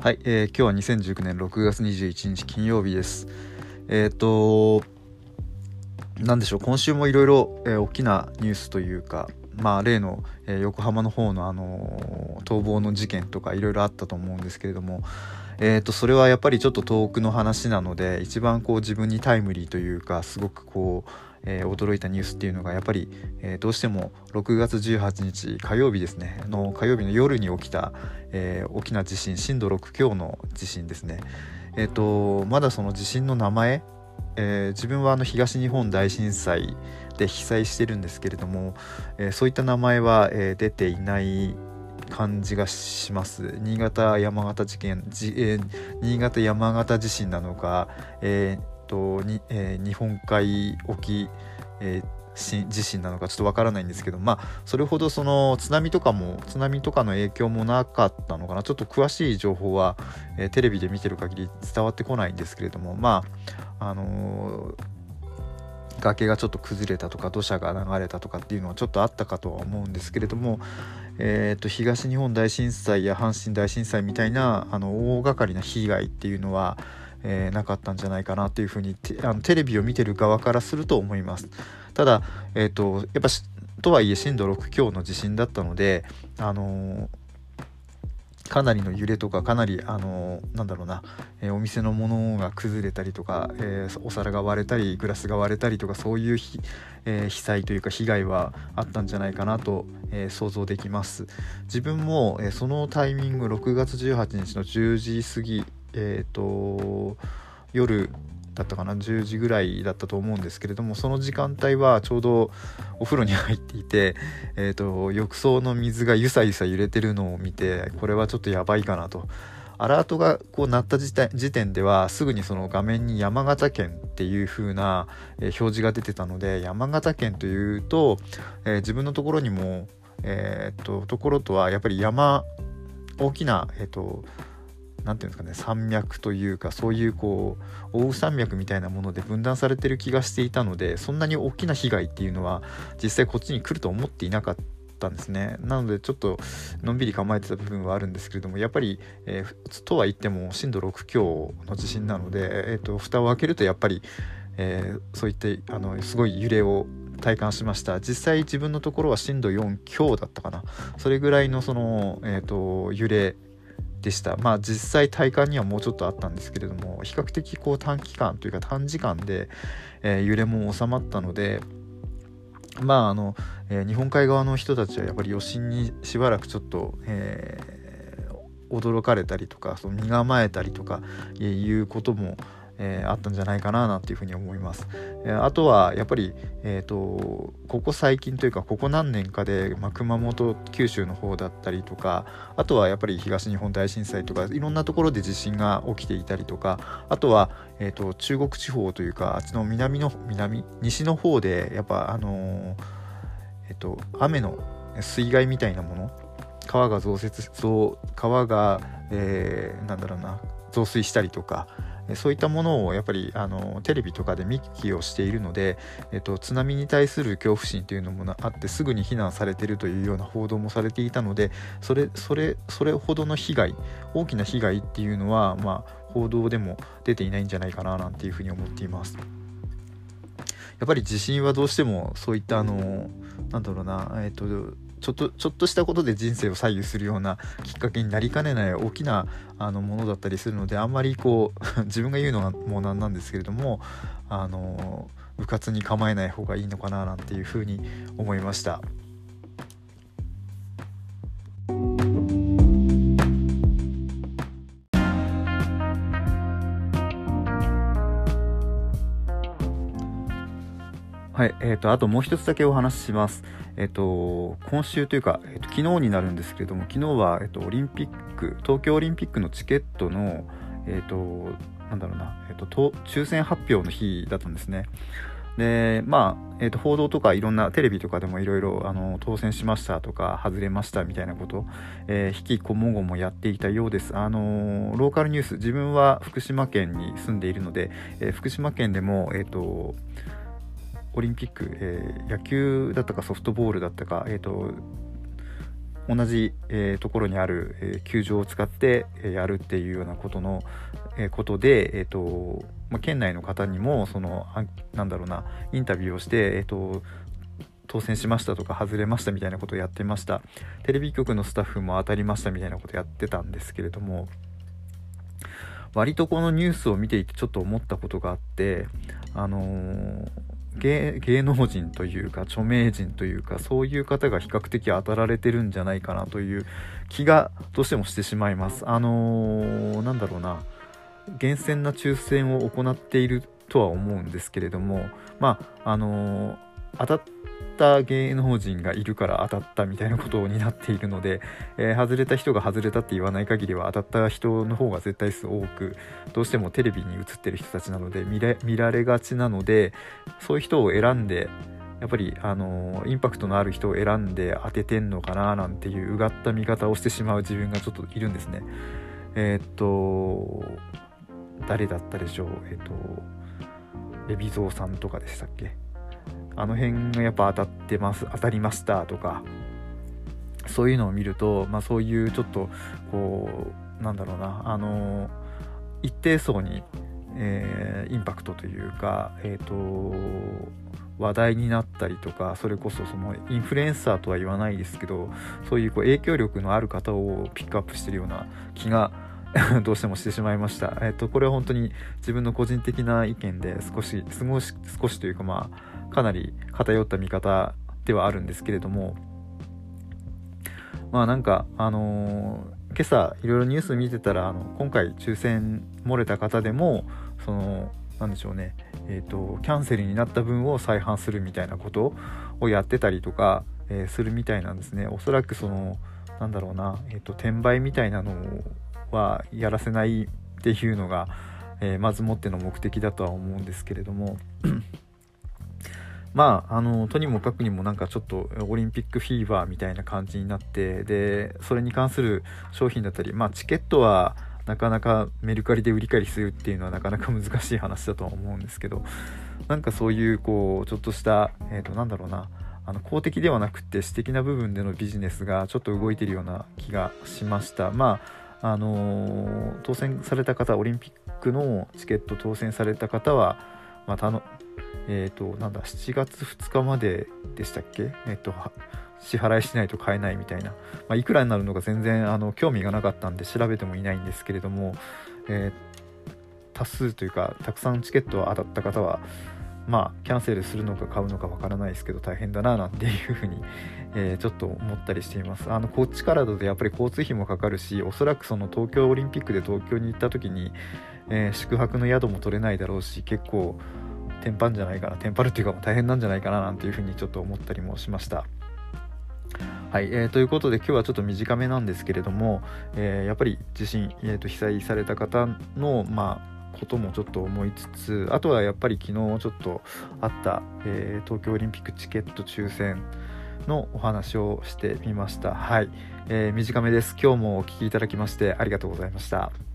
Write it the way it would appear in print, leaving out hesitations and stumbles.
はい、今日は2019年6月21日金曜日です。なんでしょう、今週もいろいろ大きなニュースというか、例の、横浜の方の逃亡の事件とかいろいろあったと思うんですけれども、それはやっぱりちょっと遠くの話なので、一番自分にタイムリーというか、すごく驚いたニュースっていうのがやっぱり、どうしても6月18日火曜日ですね火曜日の夜に起きた、大きな地震、震度6強の地震ですね。まだその地震の名前、自分は東日本大震災で被災してるんですけれども、そういった名前は、出ていない感じがします。新潟山形地震なのか、日本海沖、地震なのかちょっとわからないんですけど、それほどその津波とかの影響もなかったのかな。ちょっと詳しい情報は、テレビで見てる限り伝わってこないんですけれども、崖がちょっと崩れたとか土砂が流れたとかっていうのはちょっとあったかとは思うんですけれども、東日本大震災や阪神大震災みたいな大掛かりな被害っていうのは、なかったんじゃないかなというふうにテレビを見てる側からすると思います。ただ、やっぱとはいえ震度6強の地震だったので、かなりの揺れとか、かなりお店のものが崩れたりとか、お皿が割れたりグラスが割れたりとか、そういう被災というか被害はあったんじゃないかなと、想像できます。自分も、そのタイミング6月18日の10時過ぎ、夜だったかな、10時ぐらいだったと思うんですけれども、その時間帯はちょうどお風呂に入っていて、浴槽の水がゆさゆさ揺れてるのを見て、これはちょっとやばいかなと。アラートが鳴った時点ではすぐにその画面に山形県っていう風な、表示が出てたので、山形県というと、自分のところにも、ところとはやっぱり大きななんていうんですかね、山脈というか、そういう奥羽山脈みたいなもので分断されてる気がしていたので、そんなに大きな被害っていうのは実際こっちに来ると思っていなかったんですね。なのでちょっとのんびり構えてた部分はあるんですけれども、やっぱり、とは言っても震度6強の地震なので、蓋を開けるとやっぱり、そういったすごい揺れを体感しました。実際自分のところは震度4強だったかな、それぐらいの揺れでした。実際体感にはもうちょっとあったんですけれども、比較的短期間というか短時間で、揺れも収まったので、日本海側の人たちはやっぱり余震にしばらくちょっと、驚かれたりとか、身構えたりとかいうことも、あったんじゃないかななんていうふうに思います。あとはやっぱり、ここ最近というかここ何年かで、熊本、九州の方だったりとか、あとはやっぱり東日本大震災とかいろんなところで地震が起きていたりとか、あとは、中国地方というか、あっちの西の方でやっぱ雨の水害みたいなもの、川が増水したりとか、そういったものをやっぱりテレビとかで見聞きをしているので、津波に対する恐怖心というのもあって、すぐに避難されているというような報道もされていたので、それほどの大きな被害っていうのは、報道でも出ていないんじゃないかななんていうふうに思っています。やっぱり地震はどうしてもそういったちょっとしたことで人生を左右するようなきっかけになりかねない大きなものだったりするので、あんまり自分が言うのがもうなんなんですけれども、うかつに構えない方がいいのかななんていうふうに思いました。はい、あともう一つだけお話しします。今週というか、昨日になるんですけれども、昨日は、東京オリンピックのチケットの、抽選発表の日だったんですね。で、報道とかいろんなテレビとかでもいろいろ当選しましたとか外れましたみたいなこと、引きこもごもやっていたようです。ローカルニュース、自分は福島県に住んでいるので、福島県でもオリンピック、野球だったかソフトボールだったか、 同じ、ところにある、球場を使って、やるっていうようなことの、ことで、県内の方にもインタビューをして、当選しましたとか外れましたみたいなことをやってました。テレビ局のスタッフも当たりましたみたいなことやってたんですけれども、割とこのニュースを見ていてちょっと思ったことがあって、芸能人というか著名人というか、そういう方が比較的当たられてるんじゃないかなという気がどうしてもしてしまいます。厳選な抽選を行っているとは思うんですけれども、当たった芸能人がいるから当たったみたいなことになっているので、外れた人が外れたって言わない限りは当たった人の方が絶対数多く、どうしてもテレビに映ってる人たちなので見られがちなので、そういう人を選んでやっぱりインパクトのある人を選んで当ててんのかななんていううがった見方をしてしまう自分がちょっといるんですね。誰だったでしょう、海老蔵さんとかでしたっけ。あの辺がやっぱ当たりましたとか、そういうのを見ると、そういうちょっと一定層に、インパクトというか、話題になったりとか、それこそそのインフルエンサーとは言わないですけど、そういう影響力のある方をピックアップしてるような気がどうしてもしてしまいました。これは本当に自分の個人的な意見で少しというか、かなり偏った見方ではあるんですけれども、今朝いろいろニュース見てたら、今回抽選漏れた方でもキャンセルになった分を再販するみたいなことをやってたりとか、するみたいなんですね。おそらく転売みたいなのはやらせないっていうのが、まずもっての目的だとは思うんですけれどもとにもかくにもちょっとオリンピックフィーバーみたいな感じになって、でそれに関する商品だったり、チケットはなかなかメルカリで売り買いするっていうのはなかなか難しい話だとは思うんですけど、そういうちょっとした公的ではなくて私的な部分でのビジネスがちょっと動いているような気がしました。当選された方、オリンピックのチケット当選された方は7月2日まででしたっけ、支払いしないと買えないみたいな、いくらになるのか全然興味がなかったんで調べてもいないんですけれども、多数というかたくさんチケットが当たった方はキャンセルするのか買うのかわからないですけど大変だななんていうふうに、ちょっと思ったりしています。こっちからだとやっぱり交通費もかかるし、おそらくその東京オリンピックで東京に行った時に、宿泊の宿も取れないだろうし、結構テンパるっていうか大変なんじゃないかななんていうふうにちょっと思ったりもしました。はい、ということで今日はちょっと短めなんですけれども、やっぱり地震、被災された方のこともちょっと思いつつ、あとはやっぱり昨日ちょっとあった、東京オリンピックチケット抽選のお話をしてみました。はい、短めです。今日もお聞きいただきましてありがとうございました。